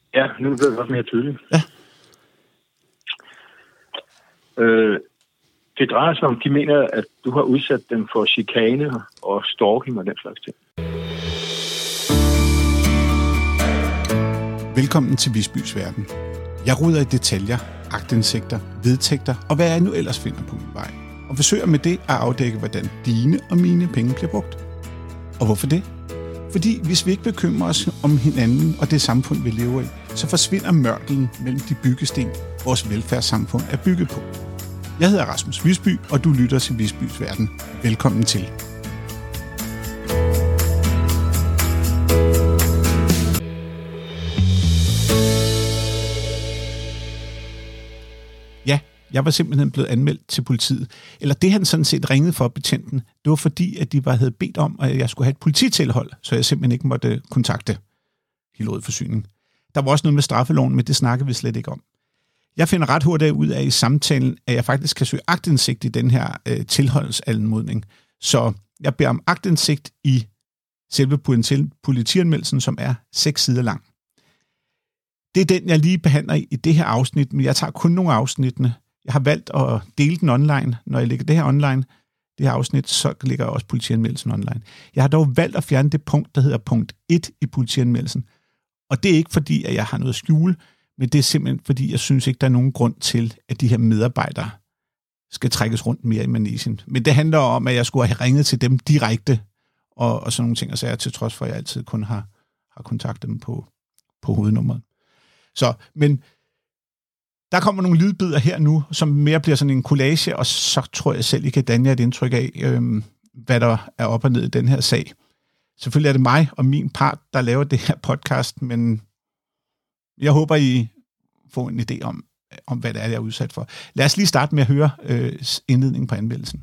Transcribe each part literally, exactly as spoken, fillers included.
Ja, nu bliver det også mere tydeligt. Ja. Øh, det drejer sig om, de mener, at du har udsat dem for chikane og stalking og den slags ting. Velkommen til Visbys Verden. Jeg ruder i detaljer, aktindsigter, vedtægter og hvad jeg nu ellers finder på min vej. Og forsøger med det at afdække, hvordan dine og mine penge bliver brugt. Og hvorfor det? Fordi hvis vi ikke bekymrer os om hinanden og det samfund, vi lever i, så forsvinder mørkelen mellem de byggesten, vores velfærdssamfund er bygget på. Jeg hedder Rasmus Visby, og du lytter til Visbys Verden. Velkommen til. Ja, jeg var simpelthen blevet anmeldt til politiet. Eller det han sådan set ringede for betjenten, det var fordi, at de var, havde bedt om, at jeg skulle have et polititilhold, så jeg simpelthen ikke måtte kontakte Hillerød Forsyning. Der var også noget med straffeloven, men det snakkede vi slet ikke om. Jeg finder ret hurtigt ud af i samtalen, at jeg faktisk kan søge aktindsigt i den her øh, tilholdsanmodning. Så jeg beder om aktindsigt i selve politianmeldelsen, som er seks sider lang. Det er den, jeg lige behandler i det her afsnit, men jeg tager kun nogle af afsnittene. Jeg har valgt at dele den online. Når jeg lægger det her online, det her afsnit, så ligger også politianmeldelsen online. Jeg har dog valgt at fjerne det punkt, der hedder punkt et i politianmeldelsen. Og det er ikke fordi, at jeg har noget at skjule, men det er simpelthen fordi, jeg synes ikke, der er nogen grund til, at de her medarbejdere skal trækkes rundt mere i manegen. Men det handler om, at jeg skulle have ringet til dem direkte, og, og sådan nogle ting, og så er jeg til trods for, at jeg altid kun har, har kontaktet dem på, på hovednummeret. Så, men der kommer nogle lydbidder her nu, som mere bliver sådan en collage, og så tror jeg selv, I kan danne jer et indtryk af, øhm, hvad der er op og ned i den her sag. Selvfølgelig er det mig og min part, der laver det her podcast, men jeg håber, I får en idé om, om hvad det er, jeg er udsat for. Lad os lige starte med at høre øh, indledningen på anmeldelsen.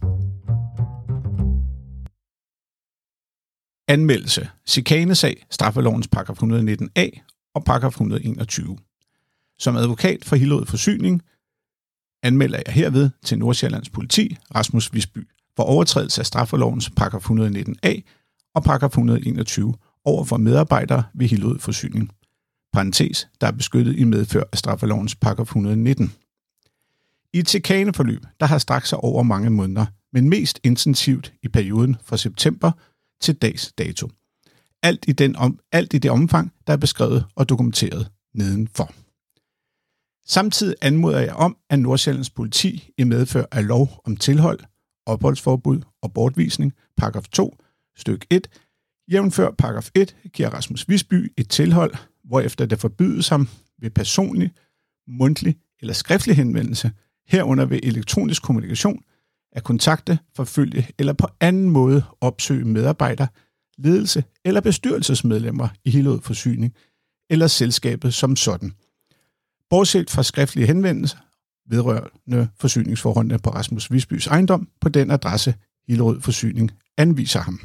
Anmeldelse. Chikanesag, straffelovens paragraf et hundrede nitten a og paragraf et hundrede enogtyve. Som advokat for Hillerød Forsyning anmelder jeg herved til Nordsjællands Politi, Rasmus Visby, for overtrædelse af straffelovens paragraf et hundrede nitten a og paragraf et hundrede enogtyve over for medarbejdere ved Hillerød Forsyning. Parentes, der er beskyttet i medfør af straffelovens paragraf et hundrede nitten. I et chikaneforløb, der har strakt sig over mange måneder, men mest intensivt i perioden fra september til dags dato. Alt i, den om, alt i det omfang, der er beskrevet og dokumenteret nedenfor. Samtidig anmoder jeg om, at Nordsjællands Politi i medfør af lov om tilhold, opholdsforbud og bortvisning, paragraf to, stykke et, jævnfør paragraf et, giver Rasmus Visby et tilhold, hvorefter det forbydes ham ved personlig, mundtlig eller skriftlig henvendelse, herunder ved elektronisk kommunikation, at kontakte, forfølge eller på anden måde opsøge medarbejdere, ledelse eller bestyrelsesmedlemmer i Hillerød Forsyning eller selskabet som sådan. Bortset fra skriftlige henvendelser vedrørende forsyningsforholdene på Rasmus Visbys ejendom på den adresse Hillerød Forsyning anviser ham.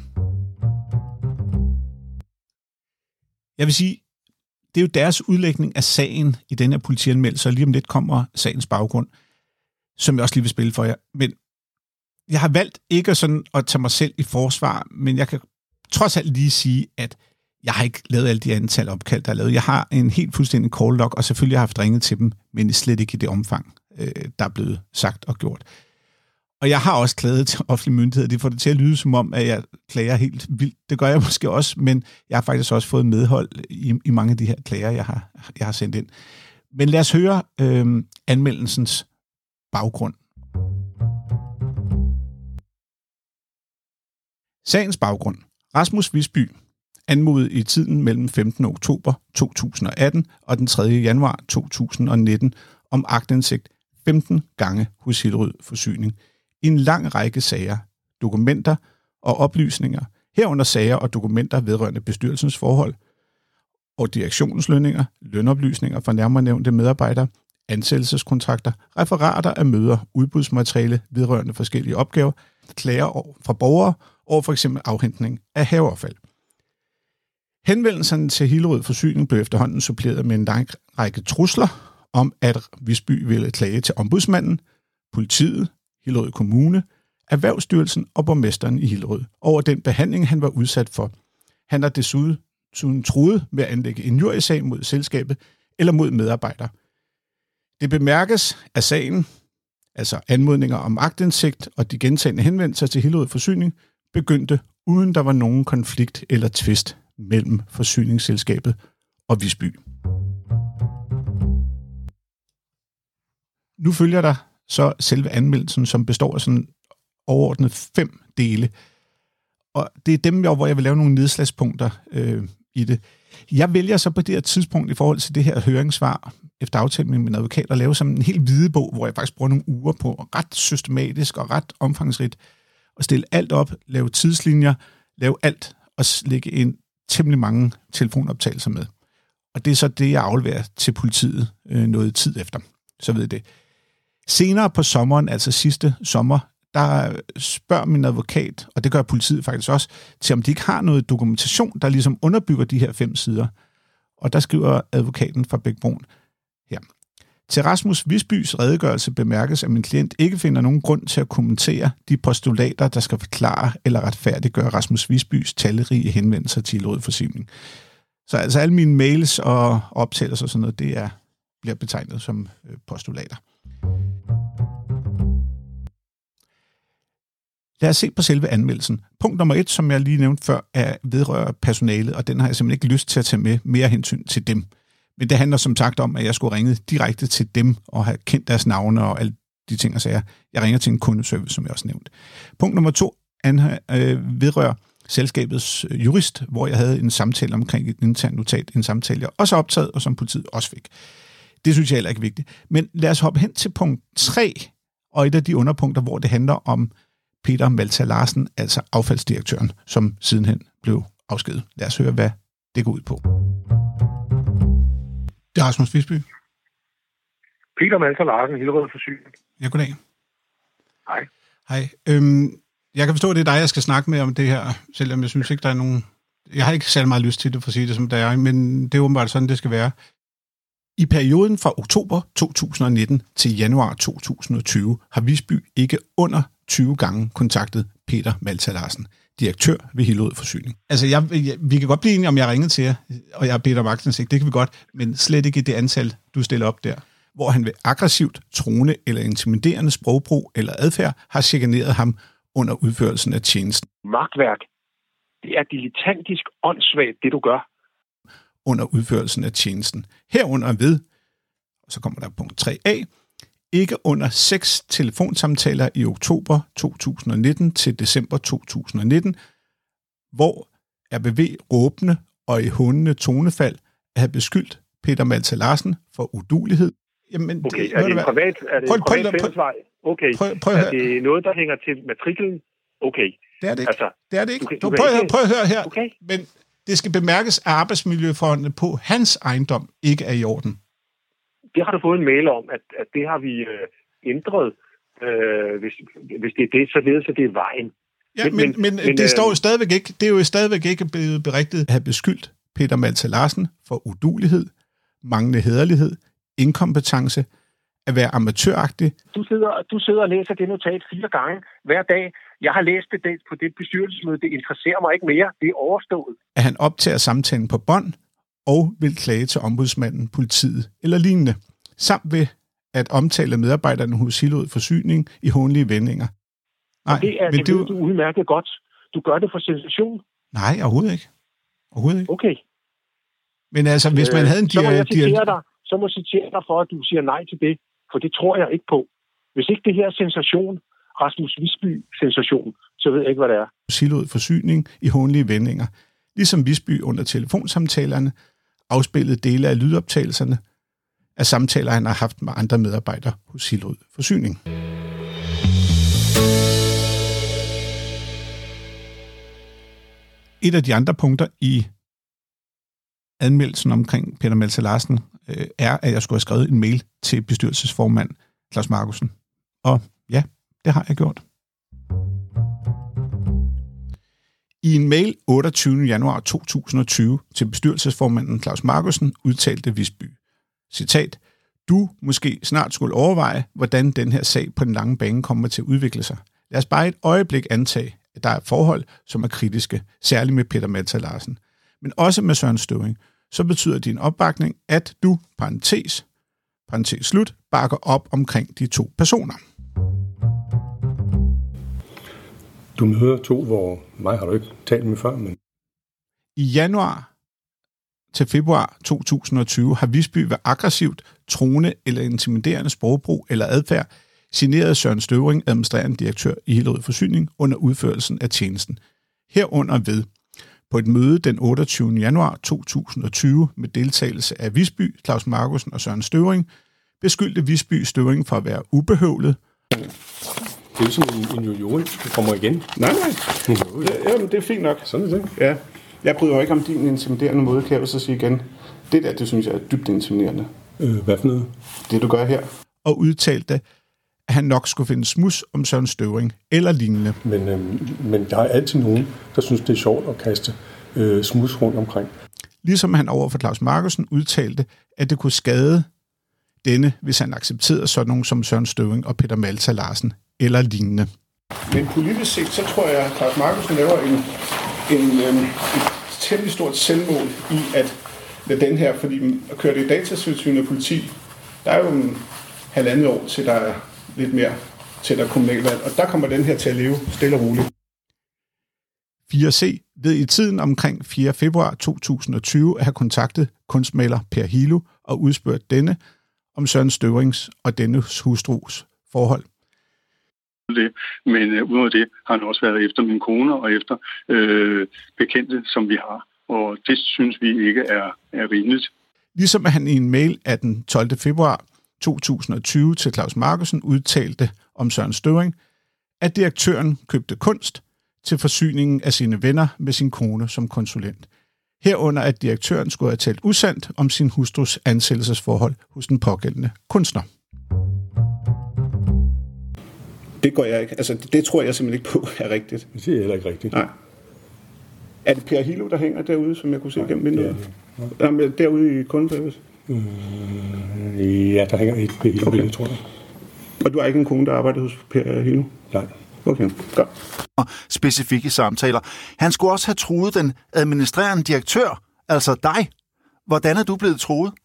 Jeg vil sige, det er jo deres udlægning af sagen i den her politianmeldelse, og lige om lidt kommer sagens baggrund, som jeg også lige vil spille for jer. Men jeg har valgt ikke sådan at tage mig selv i forsvar, men jeg kan trods alt lige sige, at jeg har ikke lavet alle de antal opkald, der er lavet. Jeg har en helt fuldstændig call log, og selvfølgelig har jeg haft ringet til dem, men slet ikke i det omfang, der er blevet sagt og gjort. Og jeg har også klaget til offentlige myndigheder. De får det til at lyde som om, at jeg klager helt vildt. Det gør jeg måske også, men jeg har faktisk også fået medhold i, i mange af de her klager, jeg har, jeg har sendt ind. Men lad os høre øh, anmeldelsens baggrund. Sagens baggrund. Rasmus Visby anmodede i tiden mellem femtende oktober to tusind og atten og den tredje januar to tusind og nitten om aktindsigt femten gange hos Hillerød Forsyning i en lang række sager, dokumenter og oplysninger, herunder sager og dokumenter vedrørende bestyrelsens forhold og direktionens lønninger, lønoplysninger for nærmere nævnte medarbejdere, ansættelseskontrakter, referater af møder, udbudsmateriale vedrørende forskellige opgaver, klager fra borgere over for eksempel afhentning af haveaffald. Henvendelserne til Hillerød Forsyning blev efterhånden suppleret med en lang række trusler om, at Visby ville klage til ombudsmanden, politiet, Hillerød Kommune, Erhvervsstyrelsen og borgmesteren i Hillerød over den behandling, han var udsat for. Han har desuden truet med at anlægge en injuriesag mod selskabet eller mod medarbejdere. Det bemærkes, at sagen, altså anmodninger om aktindsigt og de gentagne henvendelser til Hillerød Forsyning, begyndte uden der var nogen konflikt eller tvist mellem forsyningsselskabet og Visby. Nu følger der så selve anmeldelsen, som består af sådan overordnet fem dele. Og det er dem, hvor jeg vil lave nogle nedslagspunkter øh, i det. Jeg vælger så på det her tidspunkt i forhold til det her høringssvar, efter aftale med min advokat, at lave sådan en helt hvidebog, hvor jeg faktisk bruger nogle uger på, ret systematisk og ret omfangsrigt, at stille alt op, lave tidslinjer, lave alt, og lægge en temmelig mange telefonoptagelser med. Og det er så det, jeg afleverer til politiet øh, noget tid efter. Så ved I det. Senere på sommeren, altså sidste sommer, der spørger min advokat, og det gør politiet faktisk også, til om de ikke har noget dokumentation, der ligesom underbygger de her fem sider. Og der skriver advokaten fra Bækbrun her. Til Rasmus Visbys redegørelse bemærkes, at min klient ikke finder nogen grund til at kommentere de postulater, der skal forklare eller retfærdiggøre Rasmus Visbys talrige henvendelser til Hillerød Forsyning. Så altså alle mine mails og optagelser og sådan noget, det er, bliver betegnet som postulater. Lad os se på selve anmeldelsen. Punkt nummer et, som jeg lige nævnte før, er vedrører personalet, og den har jeg simpelthen ikke lyst til at tage med mere hensyn til dem. Men det handler som sagt om, at jeg skulle ringe direkte til dem og have kendt deres navne og alle de ting og sager. Jeg ringer til en kundeservice, som jeg også nævnte. Punkt nummer to øh, vedrører selskabets jurist, hvor jeg havde en samtale omkring et internt notat, en samtale, jeg også optaget, og som politiet også fik. Det synes jeg heller ikke er vigtigt. Men lad os hoppe hen til punkt tre, og et af de underpunkter, hvor det handler om Peter Maltha Larsen, altså affaldsdirektøren, som sidenhen blev afskediget. Lad os høre, hvad det går ud på. Det er Rasmus Visby. Peter Maltha Larsen, Hillerød Forsyning. Ja, goddag. Hej. Hej. Øhm, jeg kan forstå, at det er dig, jeg skal snakke med om det her, selvom jeg synes ikke, der er nogen... Jeg har ikke særlig meget lyst til det, for at sige det som det er, men det er åbenbart sådan, det skal være. I perioden fra oktober to tusind og nitten til januar to tusind og tyve har Visby ikke under tyve gange kontaktet Peter Maltha Larsen, direktør ved Hillerød Forsyning. Altså, jeg, jeg, vi kan godt blive enige om, jeg ringer til jer, og jeg har bedt om aktindsigt, det kan vi godt, men slet ikke det antal, du stiller op der, hvor han ved aggressivt, truende eller intimiderende sprogbrug eller adfærd har chikaneret ham under udførelsen af tjenesten. Magtværk. Det er dilettantisk åndssvagt, det du gør. Under udførelsen af tjenesten. Herunder ved, og så kommer der punkt tre a, ikke under seks telefonsamtaler i oktober to tusind og nitten til december to tusind og nitten, hvor R B V råbende og i hundende tonefald at have beskyldt Peter Maltha Larsen for uduelighed. Jamen, okay, det, er, det en privat, er det prøv, en privat fællesvej? Okay. Prøv, prøv er det noget, der hænger til matriklen? Okay. Det er det ikke. Altså, det er det ikke. Du, du, du prøv, ikke. prøv at høre her. Okay. Men det skal bemærkes, at arbejdsmiljøforholdene på hans ejendom ikke er i orden. Det har du fået en mail om, at, at det har vi øh, ændret, øh, hvis, hvis det er det, så ved så det er vejen. Ja, men, men, men, men det øh, står jo stadigvæk ikke, det er jo stadigvæk ikke blevet berigtigt at have beskyldt Peter Maltha Larsen for udulighed, manglende hæderlighed, inkompetence, at være amatøragtig. Du sidder, du sidder og læser det notat fire gange hver dag. Jeg har læst det på det bestyrelsesmøde. Det interesserer mig ikke mere. Det er overstået. At han optager samtalen på bånd og vil klage til ombudsmanden, politiet eller lignende. Samt ved at omtale medarbejderne hos Hillerød Forsyning i hånlige vendinger. Nej, det er det, du, du udmærket godt. Du gør det for sensation. Nej, overhovedet ikke. Overhovedet ikke. Okay. Men altså, hvis man øh, havde en dialog... Så må jeg citere dig, så må jeg citere dig for, at du siger nej til det. For det tror jeg ikke på. Hvis ikke det her sensation, Rasmus Visby-sensation, så ved jeg ikke, hvad det er. Hillerød Forsyning i hånlige vendinger. Ligesom Visby under telefonsamtalerne afspillede dele af lydoptagelserne af samtaler, han har haft med andre medarbejdere hos Hillerød Forsyning. Et af de andre punkter i anmeldelsen omkring Peter Maltha Larsen øh, er, at jeg skulle have skrevet en mail til bestyrelsesformand Claus Markussen. Og ja, det har jeg gjort. I en mail otteogtyvende januar to tusind og tyve til bestyrelsesformanden Claus Markussen udtalte Visby, citat, du måske snart skulle overveje, hvordan den her sag på den lange bane kommer til at udvikle sig. Lad os bare et øjeblik antage, at der er forhold, som er kritiske, særligt med Peter Maltha Larsen, men også med Søren Støvring, så betyder din opbakning, at du, parentes, parentes slut, bakker op omkring de to personer. Du møder to, hvor mig har du ikke talt med før, men... I januar til februar to tusind og tyve har Visby ved aggressivt, truende eller intimiderende sprogbrug eller adfærd signeret Søren Støvring, administrerende direktør i Hillerød Forsyning, under udførelsen af tjenesten. Herunder ved på et møde den otteogtyvende januar to tusind og tyve med deltagelse af Visby, Claus Markusen og Søren Støvring, beskyldte Visby Støvring for at være ubehøvlet. Det er jo som en, en jojo, du kommer igen. Nej, nej. Ja, men det er fint nok. Sådan er det. Ja. Jeg bryder jo ikke om din intimiderende måde, kan jeg så sige igen. Det der, det synes jeg er dybt intimiderende. Øh, hvad for noget? Det, du gør her. Og udtalte, at han nok skulle finde smus om Søren Støvring eller lignende. Men, øh, men der er altid nogen, der synes, det er sjovt at kaste øh, smus rundt omkring. Ligesom han over for Claus Markusen udtalte, at det kunne skade denne, hvis han accepterede sådan nogen som Søren Støvring og Peter Malta Larsen eller lignende. Men politisk set, så tror jeg, at Claus Markusen laver en, en, øhm, et temmelig stort selvmål i at lade den her, fordi at køre det i datatilsyn og politi, der er jo en halvandet år til, der er lidt mere til der kommunalvalg, og der kommer den her til at leve stille og roligt. fire C ved i tiden omkring fjerde februar to tusind og tyve at have kontaktet kunstmaler Per Hilo og udspurgt denne om Søren Støvrings og dennes hustrus forhold. Det. Men øh, udover det har han også været efter min kone og efter øh, bekendte, som vi har. Og det synes vi ikke er, er rimeligt. Ligesom at han i en mail af den tolvte februar to tusind og tyve til Claus Markusen udtalte om Søren Støvring, at direktøren købte kunst til forsyningen af sine venner med sin kone som konsulent. Herunder at direktøren skulle have talt usandt om sin hustrus ansættelsesforhold hos den pågældende kunstner. Det går jeg ikke. Altså, det tror jeg simpelthen ikke på er rigtigt. Det er heller ikke rigtigt. Nej. Er det Per Hilo, der hænger derude, som jeg kunne se Nej, gennem vinduet? Ja, ja. Jamen, derude i kundeservice? Øh, ja, der hænger et Per Hilo, okay. Tror jeg. Og du har ikke en kone, der arbejder hos Per Hilo? Nej. Okay, godt. Specifikke samtaler. Han skulle også have truet den administrerende direktør, altså dig. Hvordan er du blevet truet?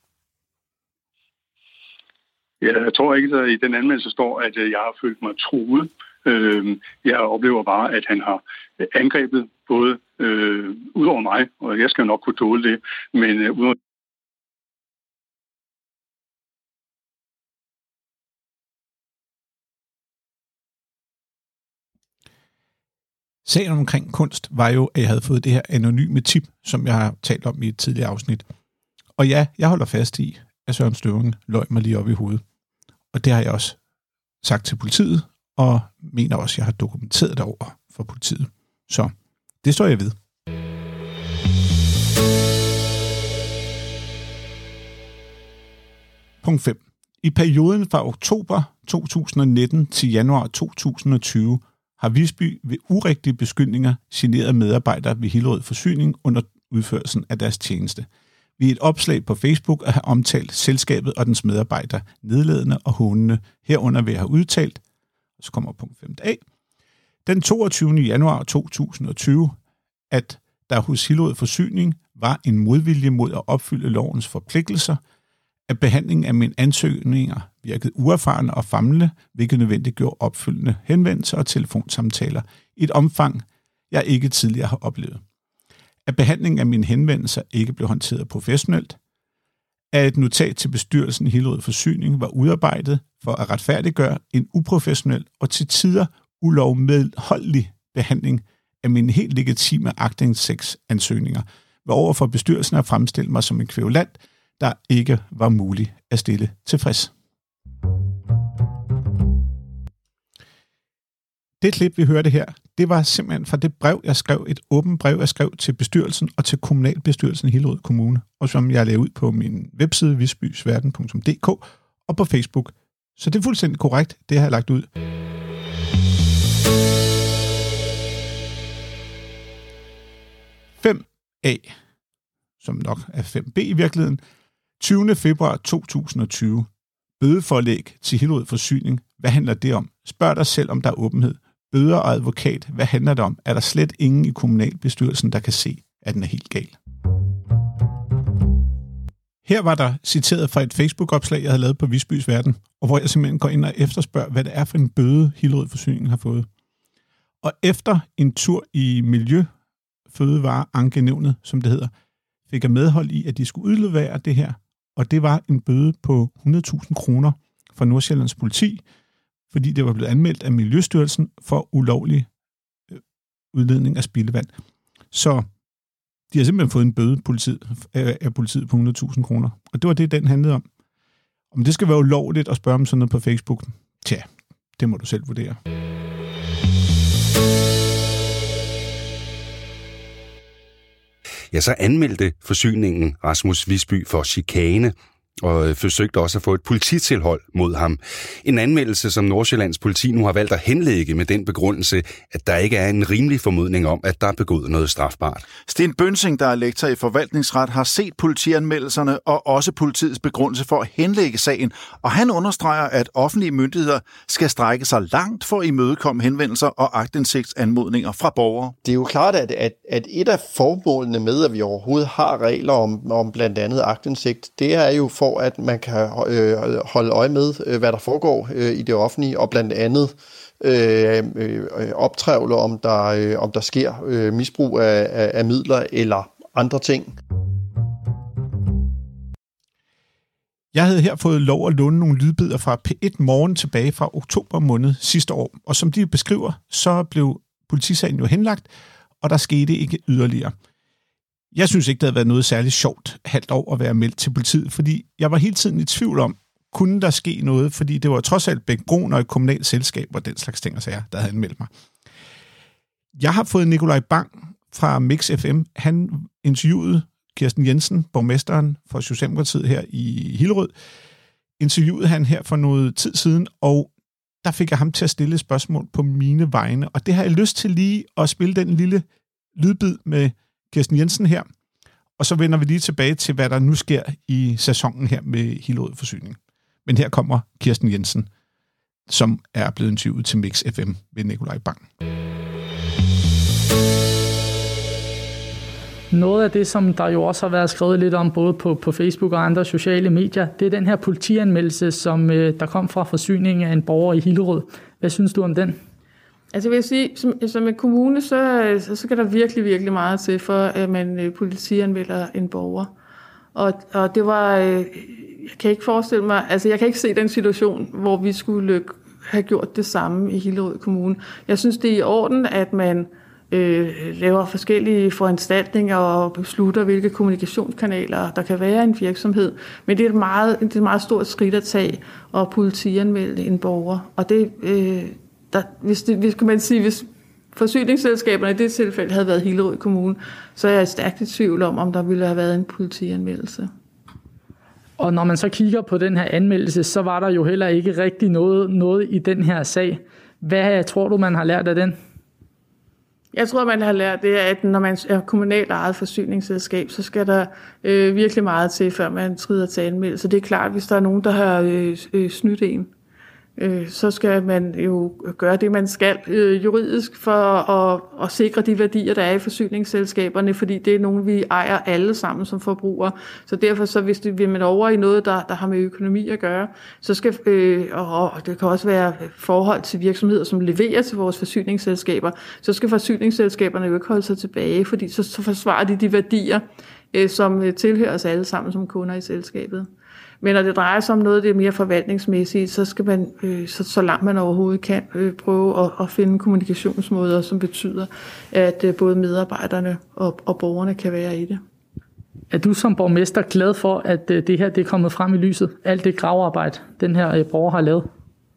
Ja, jeg tror ikke, at i den anmeldelse står, at jeg har følt mig truet. Jeg oplever bare, at han har angrebet både øh, ud over mig, og jeg skal nok kunne tåle det, men øh, ud over Sagen omkring kunst var jo, at jeg havde fået det her anonyme tip, som jeg har talt om i et tidligere afsnit. Og ja, jeg holder fast i, at Søren Støvring løg mig lige op i hovedet. Og det har jeg også sagt til politiet, og mener også, at jeg har dokumenteret det over for politiet. Så det står jeg ved. Punkt fem. I perioden fra oktober to tusind og nitten til januar to tusind og tyve har Visby ved urigtige beskyldninger generet medarbejdere ved Hillerød Forsyning under udførelsen af deres tjeneste. Ved et opslag på Facebook at have omtalt selskabet og dens medarbejdere nedladende og hånende, herunder ved at have udtalt, og så kommer punkt fem a, den toogtyvende januar to tusind og tyve, at der hos Hillerød Forsyning var en modvilje mod at opfylde lovens forpligtelser, at behandlingen af mine ansøgninger virkede uerfarne og famlende, hvilket nødvendiggjorde opfølgende henvendelser og telefonsamtaler i et omfang, jeg ikke tidligere har oplevet. At behandlingen af mine henvendelser ikke blev håndteret professionelt, at et notat til bestyrelsen i Hillerød Forsyning var udarbejdet for at retfærdiggøre en uprofessionel og til tider ulovmedholdelig behandling af mine helt legitime aktindsigtsansøgninger, hvor overfor bestyrelsen har fremstillet mig som en kvævulant, der ikke var muligt at stille tilfreds. Det klip, vi hørte her, det var simpelthen fra det brev, jeg skrev, et åbent brev, jeg skrev til bestyrelsen og til kommunalbestyrelsen i Hillerød Kommune, og som jeg lavede ud på min webside, visbysverden punktum d k, og på Facebook. Så det er fuldstændig korrekt, det har jeg lagt ud. fem a, som nok er fem b i virkeligheden, tyvende februar to tusind og tyve. Bødeforlæg til Hillerød Forsyning. Hvad handler det om? Spørg dig selv, om der er åbenhed. Bøder og advokat. Hvad handler det om? Er der slet ingen i kommunalbestyrelsen, der kan se, at den er helt gal? Her var der citeret fra et Facebook-opslag, jeg havde lavet på Visbys Verden, og hvor jeg simpelthen går ind og efterspørger, hvad det er for en bøde, Hillerød Forsyning har fået. Og efter en tur i Miljø, Fødevareankenævnet, som det hedder, fik jeg medhold i, at de skulle udlevere det her, og det var en bøde på hundrede tusind kroner fra Nordsjællands politi, fordi det var blevet anmeldt af Miljøstyrelsen for ulovlig udledning af spildevand. Så de har simpelthen fået en bøde politiet, af politiet på hundrede tusind kroner. Og det var det, den handlede om. Om det skal være ulovligt at spørge om sådan noget på Facebook, tja, det må du selv vurdere. Ja, så anmeldte forsyningen Rasmus Visby for chikane, og forsøgte også at få et polititilhold mod ham. En anmeldelse, som Nordsjællands politi nu har valgt at henlægge med den begrundelse, at der ikke er en rimelig formodning om, at der er begået noget strafbart. Sten Bønsing, der er lektor i forvaltningsret, har set politianmeldelserne og også politiets begrundelse for at henlægge sagen, og han understreger, at offentlige myndigheder skal strække sig langt for at imødekomme henvendelser og aktindsigtsanmodninger fra borgere. Det er jo klart, at, at, at et af formålene med, at vi overhovedet har regler om, om blandt andet aktindsigt, det er jo for at man kan øh, holde øje med, øh, hvad der foregår øh, i det offentlige, og blandt andet øh, øh, optrævle, om der, øh, om der sker øh, misbrug af, af, af midler eller andre ting. Jeg havde her fået lov at låne nogle lydbidder fra P et Morgen tilbage fra oktober måned sidste år, og som de beskriver, så blev politisagen jo henlagt, og der skete ikke yderligere. Jeg synes ikke, det havde været noget særligt sjovt halvt år at være meldt til politiet, fordi jeg var hele tiden i tvivl om, kunne der ske noget, fordi det var trods alt Bækbroen og et kommunalt selskab og den slags ting og sager, der havde anmeldt mig. Jeg har fået Nikolaj Bang fra Mix F M. Han interviewede Kirsten Jensen, borgmesteren for Socialdemokratiet her i Hillerød. Interviewede han her for noget tid siden, og der fik jeg ham til at stille et spørgsmål på mine vegne, og det har jeg lyst til lige at spille den lille lydbid med Kirsten Jensen her, og så vender vi lige tilbage til, hvad der nu sker i sæsonen her med Hillerød Forsyning. Men her kommer Kirsten Jensen, som er blevet interviewet til Mix F M ved Nikolaj Bang. Noget af det, som der jo også har været skrevet lidt om, både på, på Facebook og andre sociale medier, det er den her politianmeldelse, som øh, der kom fra forsyningen af en borger i Hillerød. Hvad synes du om den? Altså jeg vil sige, som, som en kommune, så, så skal der virkelig, virkelig meget til, for at man politianmelder en borger. Og, og det var, jeg kan ikke forestille mig, altså jeg kan ikke se den situation, hvor vi skulle have gjort det samme i Hillerød Kommune. Jeg synes, det er i orden, at man øh, laver forskellige foranstaltninger og beslutter, hvilke kommunikationskanaler der kan være i en virksomhed. Men det er et meget, det er et meget stort skridt at tage og politianmelde en borger. Og det øh, Der, hvis, det, hvis, kan man sige, hvis forsyningsselskaberne i det tilfælde havde været Hillerød Kommune, så er jeg stærkt i tvivl om, om der ville have været en politianmeldelse. Og når man så kigger på den her anmeldelse, så var der jo heller ikke rigtig noget, noget i den her sag. Hvad tror du, man har lært af den? Jeg tror, man har lært det, at når man er kommunalt ejet forsyningsselskab, så skal der øh, virkelig meget til, før man træder til anmeldelse. Det er klart, hvis der er nogen, der har øh, øh, snydt en, så skal man jo gøre det, man skal øh, juridisk for at, at sikre de værdier, der er i forsyningsselskaberne, fordi det er nogen, vi ejer alle sammen som forbrugere. Så derfor, så hvis det vil man over i noget, der, der har med økonomi at gøre, så skal, øh, og det kan også være forhold til virksomheder, som leverer til vores forsyningsselskaber, så skal forsyningsselskaberne jo ikke holde sig tilbage, fordi så, så forsvarer de de værdier, øh, som tilhører os alle sammen som kunder i selskabet. Men når det drejer sig om noget, det er mere forvaltningsmæssigt, så skal man, øh, så, så langt man overhovedet kan, øh, prøve at, at finde kommunikationsmåder, som betyder, at øh, både medarbejderne og, og borgerne kan være i det. Er du som borgmester glad for, at øh, det her det er kommet frem i lyset? Alt det gravearbejde, den her øh, borger har lavet?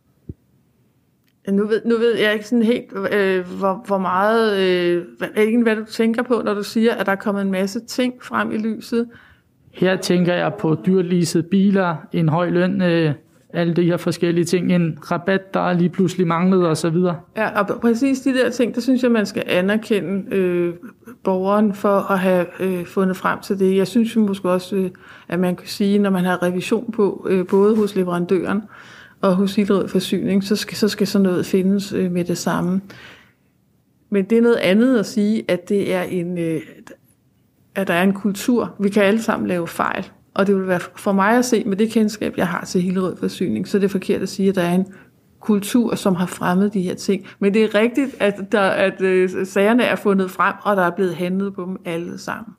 Nu ved, nu ved jeg ikke sådan helt, øh, hvor, hvor meget, øh, hvad, hvad du tænker på, når du siger, at der er kommet en masse ting frem i lyset. Her tænker jeg på dyrleasede biler, en høj løn, øh, alle de her forskellige ting, en rabat, der lige pludselig manglede osv. Ja, og præcis de der ting, der synes jeg, man skal anerkende øh, borgeren for at have øh, fundet frem til det. Jeg synes jo måske også, øh, at man kan sige, når man har revision på, øh, både hos leverandøren og hos Hillerød Forsyning, så skal, så skal sådan noget findes øh, med det samme. Men det er noget andet at sige, at det er en... Øh, at der er en kultur. Vi kan alle sammen lave fejl. Og det vil være for mig at se med det kendskab, jeg har til Hillerød Forsyning, så det er forkert at sige, at der er en kultur, som har fremmet de her ting. Men det er rigtigt, at, der, at øh, sagerne er fundet frem, og der er blevet handlet på dem alle sammen.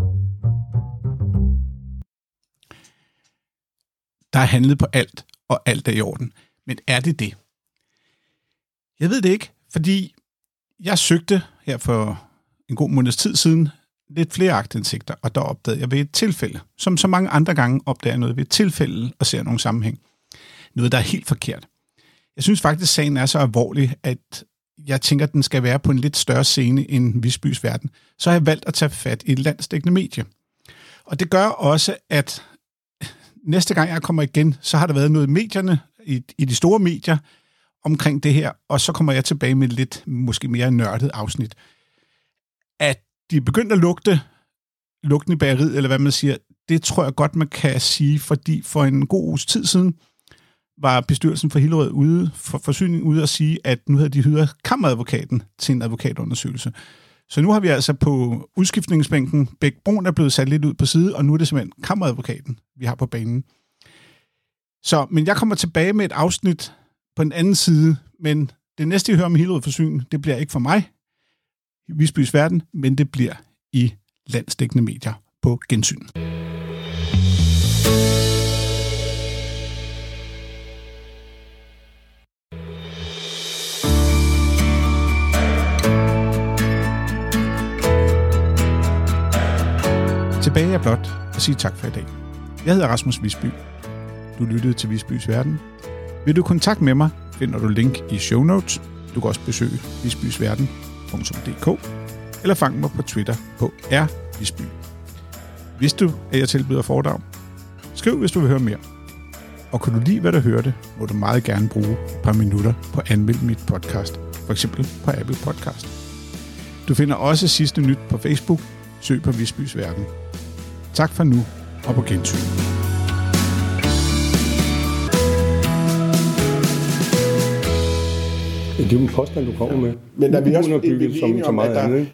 Der er handlet på alt, og alt er i orden. Men er det det? Jeg ved det ikke, fordi jeg søgte her for en god måneds tid siden lidt flere aktindsigter, og der opdagede jeg ved et tilfælde, som så mange andre gange opdager jeg noget ved et tilfælde og ser nogle sammenhæng. Noget, der er helt forkert. Jeg synes faktisk, at sagen er så alvorlig, at jeg tænker, at den skal være på en lidt større scene end Visbys Verden. Så har jeg valgt at tage fat i et landsdækkende medie. Og det gør også, at næste gang jeg kommer igen, så har der været noget i medierne, i, i de store medier, omkring det her, og så kommer jeg tilbage med et lidt, måske mere nørdet afsnit. At de er begyndt at lugte, lugten i bageriet, eller hvad man siger, det tror jeg godt, man kan sige, fordi for en god uges tid siden var bestyrelsen for Hillerød ude, for forsyning ude at sige, at nu havde de hyret kammeradvokaten til en advokatundersøgelse. Så nu har vi altså på udskiftningsbænken, Bæk Brun er blevet sat lidt ud på side, og nu er det simpelthen kammeradvokaten, vi har på banen. Så, men jeg kommer tilbage med et afsnit på den anden side, men det næste, I hører om Hillerød Forsyning, det bliver ikke for mig, i Visbys Verden, men det bliver i landsdækkende medier på gensyn. Tilbage er blot at sige tak for i dag. Jeg hedder Rasmus Visby. Du lyttede til Visbys Verden. Vil du kontakte med mig, finder du link i show notes. Du kan også besøge visbysverden punktum d k eller fang mig på Twitter på r visby. Hvis du at jeg tilbyder foredrag, skriv, hvis du vil høre mere. Og kan du lide, hvad du hørte, må du meget gerne bruge et par minutter på at anmelde mit podcast, for eksempel på Apple Podcast. Du finder også sidste nyt på Facebook. Søg på Visbys Verden. Tak for nu, og på gensyn. Det er jo en påstand, du kommer med. Men er vi også underbygget som så meget andet, ikke?